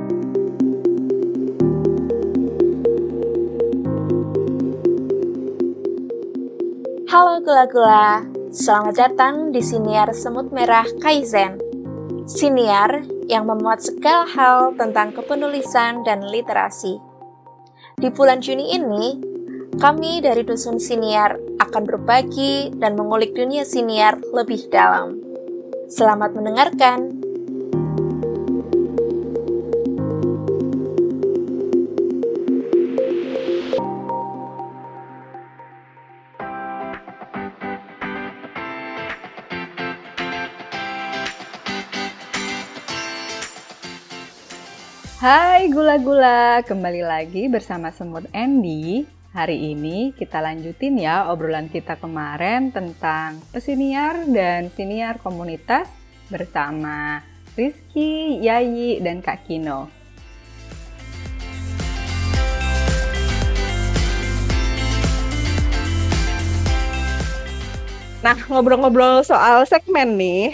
Halo gula-gula, selamat datang di Siniar Semut Merah Kaizen. Siniar yang memuat segala hal tentang kepenulisan dan literasi. Di bulan Juni ini, kami dari Dusun Siniar akan berbagi dan mengulik dunia siniar lebih dalam. Selamat mendengarkan. Hai gula-gula, kembali lagi bersama Semut Andy. Hari ini kita lanjutin ya obrolan kita kemarin tentang pesiniar dan siniar komunitas bersama Rizky, Yayi, dan Kak Kino. Nah, ngobrol-ngobrol soal segmen nih.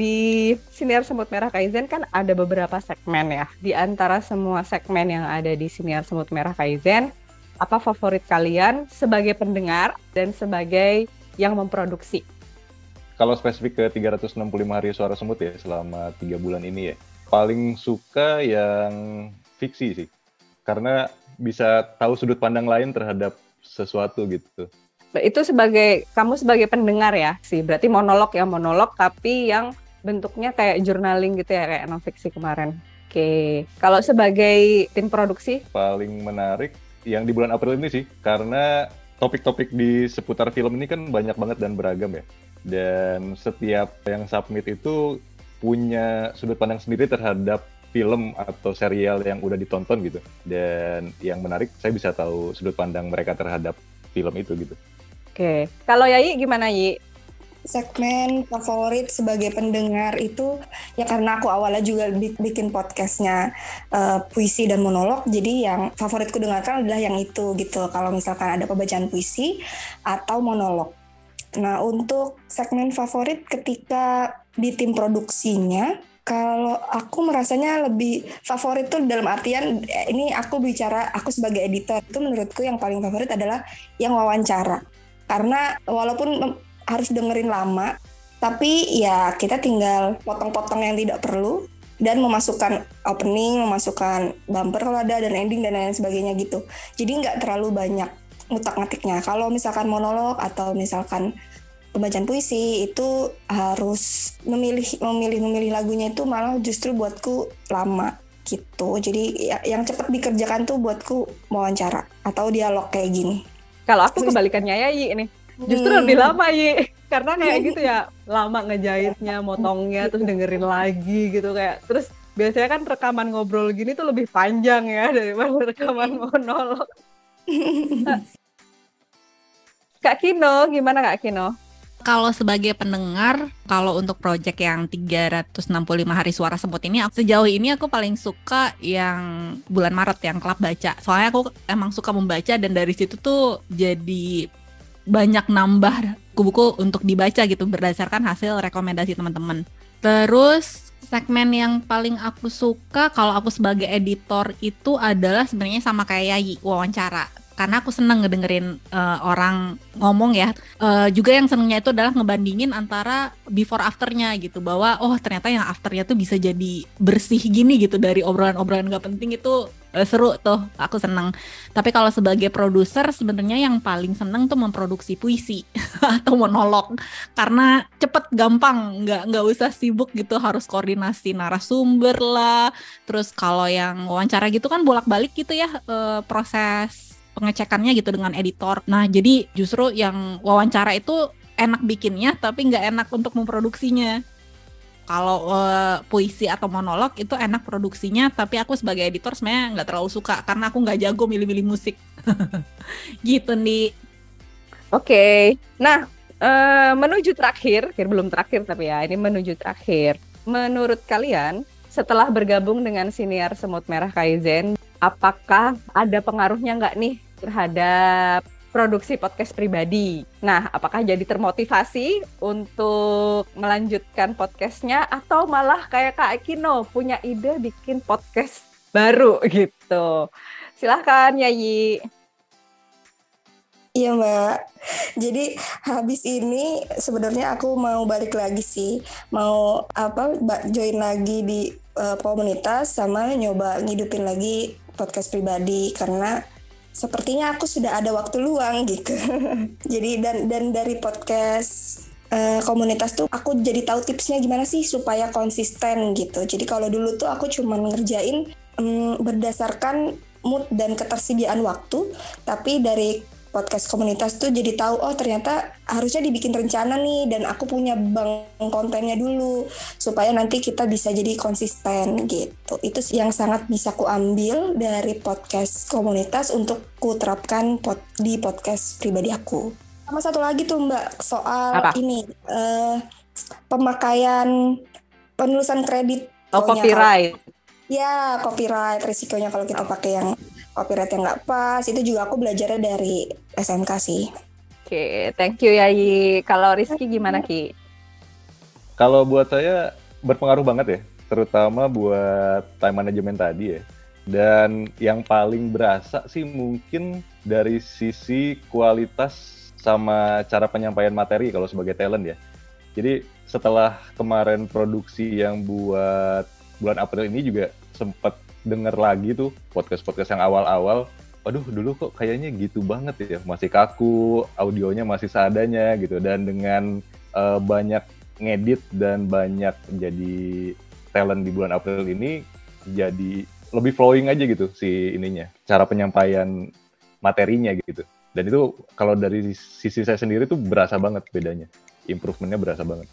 Di Siniar Semut Merah Kaizen kan ada beberapa segmen ya. Di antara semua segmen yang ada di Siniar Semut Merah Kaizen, apa favorit kalian sebagai pendengar dan sebagai yang memproduksi? Kalau spesifik ke 365 hari suara semut ya selama 3 bulan ini ya, paling suka yang fiksi sih. Karena bisa tahu sudut pandang lain terhadap sesuatu gitu. Itu kamu sebagai pendengar ya sih, berarti monolog tapi yang bentuknya kayak journaling gitu ya, kayak non-fiksi kemarin. Oke, kalau sebagai tim produksi? Paling menarik yang di bulan April ini sih, karena topik-topik di seputar film ini kan banyak banget dan beragam ya. Dan setiap yang submit itu punya sudut pandang sendiri terhadap film atau serial yang udah ditonton gitu. Dan yang menarik, saya bisa tahu sudut pandang mereka terhadap film itu gitu. Oke, kalau Yayi gimana Yi? Segmen favorit sebagai pendengar itu ya karena aku awalnya juga bikin podcastnya puisi dan monolog, jadi yang favoritku dengarkan adalah yang itu gitu, kalau misalkan ada pembacaan puisi atau monolog. Nah, untuk segmen favorit ketika di tim produksinya, kalau aku merasanya lebih favorit tuh dalam artian ini aku sebagai editor, itu menurutku yang paling favorit adalah yang wawancara. Karena walaupun harus dengerin lama, tapi ya kita tinggal potong-potong yang tidak perlu dan memasukkan opening, memasukkan bumper kalau ada, dan ending dan lain sebagainya gitu. Jadi nggak terlalu banyak ngutak-ngatiknya. Kalau misalkan monolog atau misalkan pembacaan puisi itu harus memilih lagunya, itu malah justru buatku lama gitu. Jadi ya, yang cepat dikerjakan tuh buatku wawancara atau dialog kayak gini. Kalau aku kebalikannya ya Yi nih, justru lebih lama Yi, karena kayak gitu ya, lama ngejahitnya, motongnya, terus dengerin lagi gitu kayak. Terus biasanya kan rekaman ngobrol gini tuh lebih panjang ya daripada rekaman monolog. Kak Kino, gimana Kak Kino? Kalau sebagai pendengar, kalau untuk project yang 365 hari suara semut ini, sejauh ini aku paling suka yang bulan Maret, yang Klub Baca. Soalnya aku emang suka membaca dan dari situ tuh jadi banyak nambah buku-buku untuk dibaca gitu berdasarkan hasil rekomendasi teman-teman. Terus segmen yang paling aku suka kalau aku sebagai editor itu adalah sebenarnya sama kayak Yayi, wawancara. Karena aku seneng ngedengerin orang ngomong ya. Juga yang senengnya itu adalah ngebandingin antara before afternya gitu. Bahwa ternyata yang afternya tuh bisa jadi bersih gini gitu dari obrolan-obrolan gak penting itu seru tuh. Aku seneng. Tapi kalau sebagai produser sebenarnya yang paling seneng tuh memproduksi puisi atau monolog. Karena cepet, gampang, nggak usah sibuk gitu, harus koordinasi narasumber lah. Terus kalau yang wawancara gitu kan bolak-balik gitu ya proses pengecekannya gitu dengan editor. Nah, jadi justru yang wawancara itu enak bikinnya, tapi nggak enak untuk memproduksinya. Kalau puisi atau monolog itu enak produksinya, tapi aku sebagai editor sebenarnya nggak terlalu suka, karena aku nggak jago milih-milih musik. Gitu nih. Oke. Nah, menuju terakhir, belum terakhir tapi ya, ini menuju terakhir. Menurut kalian, setelah bergabung dengan Siniar Semut Merah Kaizen, apakah ada pengaruhnya nggak nih terhadap produksi podcast pribadi? Nah, apakah jadi termotivasi untuk melanjutkan podcastnya, atau malah kayak Kak Kino punya ide bikin podcast baru gitu. Silahkan Yayi. Iya Mbak, jadi habis ini sebenarnya aku mau balik lagi sih, mau join lagi di komunitas sama nyoba ngidupin lagi podcast pribadi karena sepertinya aku sudah ada waktu luang gitu. Jadi dan dari podcast komunitas tuh aku jadi tahu tipsnya gimana sih supaya konsisten gitu. Jadi kalau dulu tuh aku cuma ngerjain berdasarkan mood dan ketersediaan waktu, tapi dari podcast komunitas tuh jadi tahu oh ternyata harusnya dibikin rencana nih dan aku punya bank kontennya dulu supaya nanti kita bisa jadi konsisten gitu. Itu yang sangat bisa ku ambil dari podcast komunitas untuk ku terapkan di podcast pribadi aku. Sama satu lagi tuh Mbak soal Apa? ini pemakaian penulisan kredit. Copyright. Ya, copyright risikonya kalau kita pakai yang copyright yang nggak pas, itu juga aku belajarnya dari SMK sih. Oke, thank you Yayi. Kalau Rizky gimana Ki? Kalau buat saya berpengaruh banget ya, terutama buat time management tadi ya. Dan yang paling berasa sih mungkin dari sisi kualitas sama cara penyampaian materi kalau sebagai talent ya. Jadi setelah kemarin produksi yang buat bulan April ini juga sempat denger lagi tuh podcast-podcast yang awal-awal. Waduh, dulu kok kayaknya gitu banget ya, masih kaku, audionya masih seadanya gitu. Dan dengan banyak ngedit dan banyak jadi talent di bulan April ini, jadi lebih flowing aja gitu si ininya, cara penyampaian materinya gitu. Dan itu kalau dari sisi saya sendiri tuh berasa banget bedanya, improvementnya berasa banget.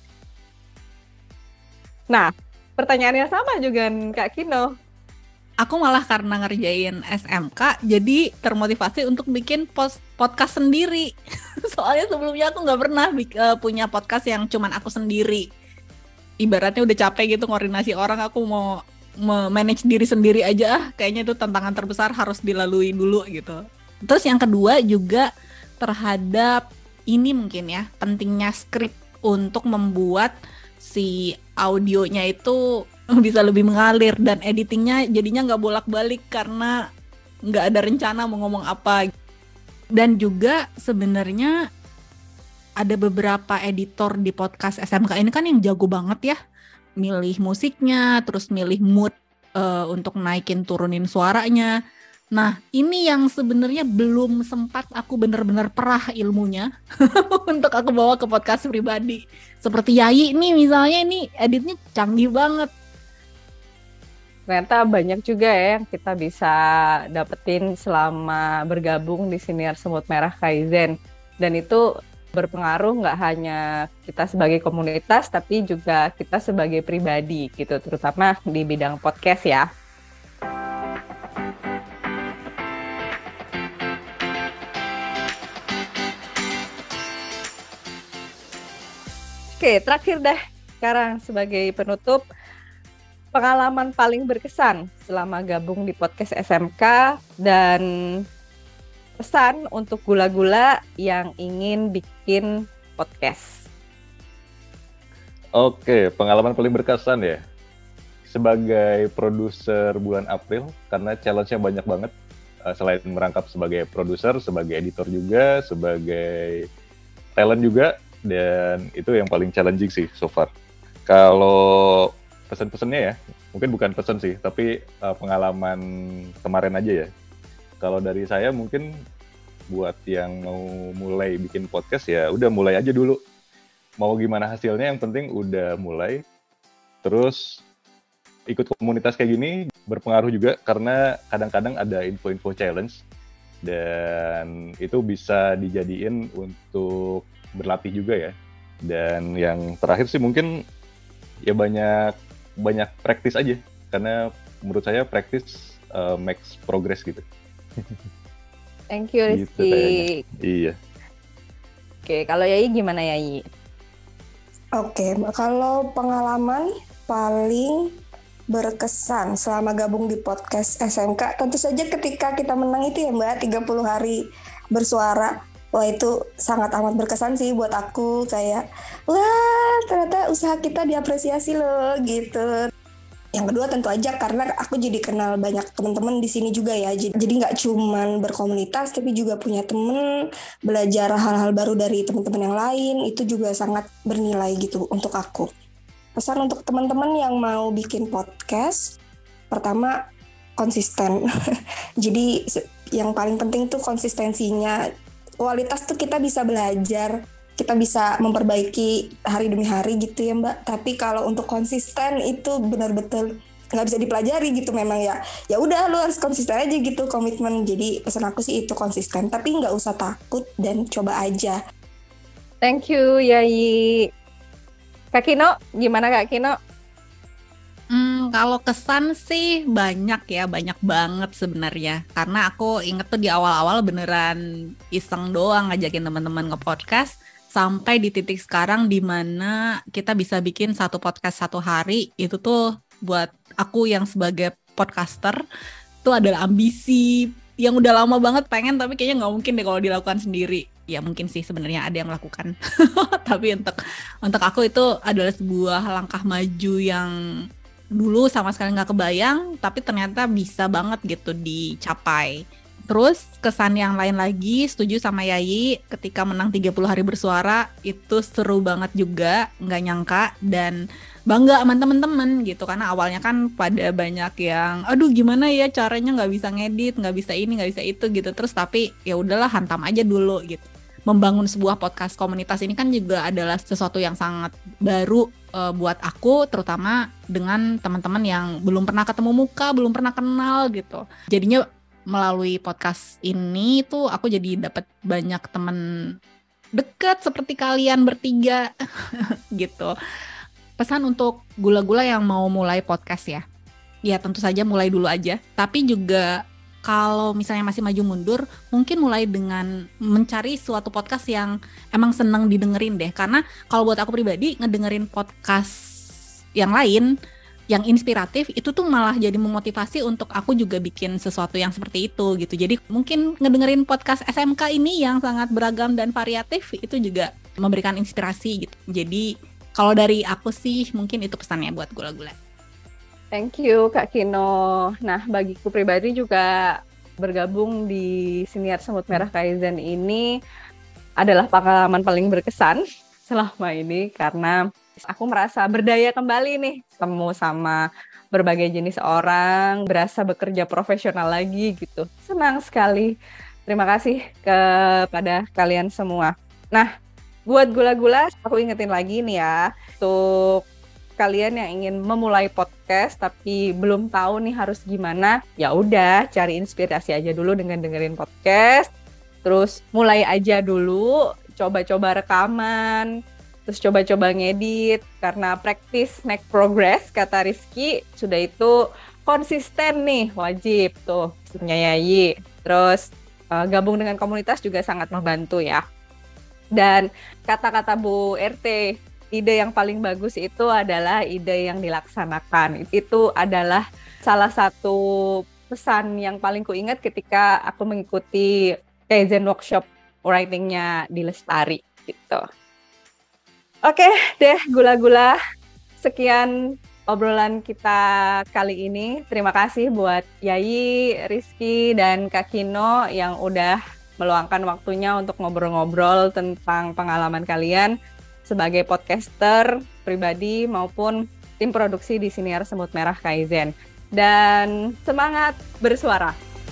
Nah, pertanyaannya sama juga Kak Kino. Aku malah karena ngerjain SMK jadi termotivasi untuk bikin podcast sendiri. Soalnya sebelumnya aku nggak pernah punya podcast yang cuman aku sendiri. Ibaratnya udah capek gitu koordinasi orang, aku mau manage diri sendiri aja. Kayaknya itu tantangan terbesar harus dilalui dulu gitu. Terus yang kedua juga terhadap ini mungkin ya, pentingnya skrip untuk membuat si audionya itu bisa lebih mengalir dan editingnya jadinya nggak bolak-balik karena nggak ada rencana mau ngomong apa. Dan juga sebenarnya ada beberapa editor di podcast SMK ini kan yang jago banget ya, milih musiknya, terus milih mood untuk naikin turunin suaranya. Nah ini yang sebenarnya belum sempat aku benar-benar perah ilmunya untuk aku bawa ke podcast pribadi. Seperti Yayi nih misalnya, ini editnya canggih banget. Ternyata banyak juga ya yang kita bisa dapetin selama bergabung di Siniar Semut Merah Kaizen. Dan itu berpengaruh nggak hanya kita sebagai komunitas, tapi juga kita sebagai pribadi gitu, terutama di bidang podcast ya. Oke, terakhir deh sekarang sebagai penutup, pengalaman paling berkesan selama gabung di podcast SMK dan pesan untuk gula-gula yang ingin bikin podcast. Oke, pengalaman paling berkesan ya. Sebagai produser bulan April, karena challenge-nya banyak banget. Selain merangkap sebagai produser, sebagai editor juga, sebagai talent juga. Dan itu yang paling challenging sih so far. Kalau pesan-pesannya ya, mungkin bukan pesan sih, tapi pengalaman kemarin aja ya. Kalau dari saya mungkin buat yang mau mulai bikin podcast ya udah mulai aja dulu. Mau gimana hasilnya, yang penting udah mulai. Terus ikut komunitas kayak gini berpengaruh juga karena kadang-kadang ada info-info challenge dan itu bisa dijadiin untuk berlatih juga ya. Dan yang terakhir sih mungkin ya banyak praktis aja, karena menurut saya praktis makes progress gitu. Thank you Rizky. Iya. Oke, kalau Yayi gimana Yayi? Oke, kalau pengalaman paling berkesan selama gabung di podcast SMK, tentu saja ketika kita menang itu ya Mbak, 30 hari bersuara. Wah itu sangat amat berkesan sih buat aku, kayak wah ternyata usaha kita diapresiasi loh gitu. Yang kedua tentu aja karena aku jadi kenal banyak teman-teman di sini juga ya. Jadi nggak cuman berkomunitas tapi juga punya temen, belajar hal-hal baru dari teman-teman yang lain, itu juga sangat bernilai gitu untuk aku. Pesan untuk teman-teman yang mau bikin podcast, pertama konsisten. Jadi yang paling penting tuh konsistensinya. Kualitas tuh kita bisa belajar, kita bisa memperbaiki hari demi hari gitu ya Mbak. Tapi kalau untuk konsisten itu benar-benar nggak bisa dipelajari gitu memang ya. Ya udah lu harus konsisten aja gitu, komitmen. Jadi pesan aku sih itu konsisten, tapi nggak usah takut dan coba aja. Thank you Yayi. Kak Kino, gimana Kak Kino? Kalau kesan sih banyak banget sebenarnya. Karena aku inget tuh di awal-awal beneran iseng doang ngajakin teman-teman nge-podcast. Sampai di titik sekarang di mana kita bisa bikin satu podcast satu hari. Itu tuh buat aku yang sebagai podcaster itu adalah ambisi yang udah lama banget pengen, tapi kayaknya nggak mungkin deh kalau dilakukan sendiri. Ya mungkin sih sebenarnya ada yang melakukan. Tapi untuk aku itu adalah sebuah langkah maju yang dulu sama sekali nggak kebayang, tapi ternyata bisa banget gitu dicapai. Terus kesan yang lain lagi, setuju sama Yayi, ketika menang 30 hari bersuara, itu seru banget juga, nggak nyangka, dan bangga sama temen-temen gitu, karena awalnya kan pada banyak yang, aduh gimana ya caranya nggak bisa ngedit, nggak bisa ini, nggak bisa itu gitu, terus tapi ya udahlah hantam aja dulu gitu. Membangun sebuah podcast komunitas ini kan juga adalah sesuatu yang sangat baru buat aku, terutama dengan teman-teman yang belum pernah ketemu muka, belum pernah kenal gitu. Jadinya melalui podcast ini tuh aku jadi dapat banyak teman dekat seperti kalian bertiga gitu. Pesan untuk gula-gula yang mau mulai podcast ya. Ya tentu saja mulai dulu aja, tapi juga kalau misalnya masih maju mundur, mungkin mulai dengan mencari suatu podcast yang emang seneng didengerin deh. Karena kalau buat aku pribadi, ngedengerin podcast yang lain, yang inspiratif, itu tuh malah jadi memotivasi untuk aku juga bikin sesuatu yang seperti itu gitu. Jadi mungkin ngedengerin podcast SMK ini yang sangat beragam dan variatif, itu juga memberikan inspirasi gitu. Jadi kalau dari aku sih, mungkin itu pesannya buat gula-gula. Thank you Kak Kino. Nah, bagiku pribadi juga bergabung di Siniar Semut Merah Kaizen ini adalah pengalaman paling berkesan selama ini karena aku merasa berdaya kembali nih, ketemu sama berbagai jenis orang, berasa bekerja profesional lagi gitu. Senang sekali. Terima kasih kepada kalian semua. Nah, buat gula-gula, aku ingetin lagi nih ya, untuk kalian yang ingin memulai podcast tapi belum tahu nih harus gimana, ya udah cari inspirasi aja dulu dengan dengerin podcast. Terus mulai aja dulu, coba-coba rekaman, terus coba-coba ngedit, karena practice make progress kata Rizky. Sudah itu konsisten nih, wajib tuh pesannya Yayi. Terus gabung dengan komunitas juga sangat membantu ya. Dan kata-kata Bu RT, ide yang paling bagus itu adalah ide yang dilaksanakan. Itu adalah salah satu pesan yang paling kuingat ketika aku mengikuti Kaizen Workshop writing-nya di Lestari gitu. Oke deh gula-gula, sekian obrolan kita kali ini. Terima kasih buat Yayi, Rizky, dan Kak Kino yang udah meluangkan waktunya untuk ngobrol-ngobrol tentang pengalaman kalian sebagai podcaster pribadi maupun tim produksi di Siniar Semut Merah Kaizen. Dan semangat bersuara!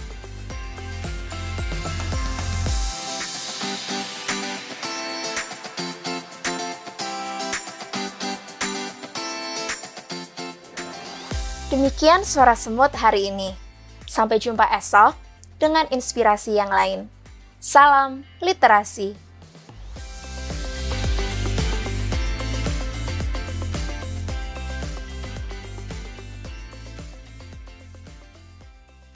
Demikian Suara Semut hari ini. Sampai jumpa esok dengan inspirasi yang lain. Salam literasi.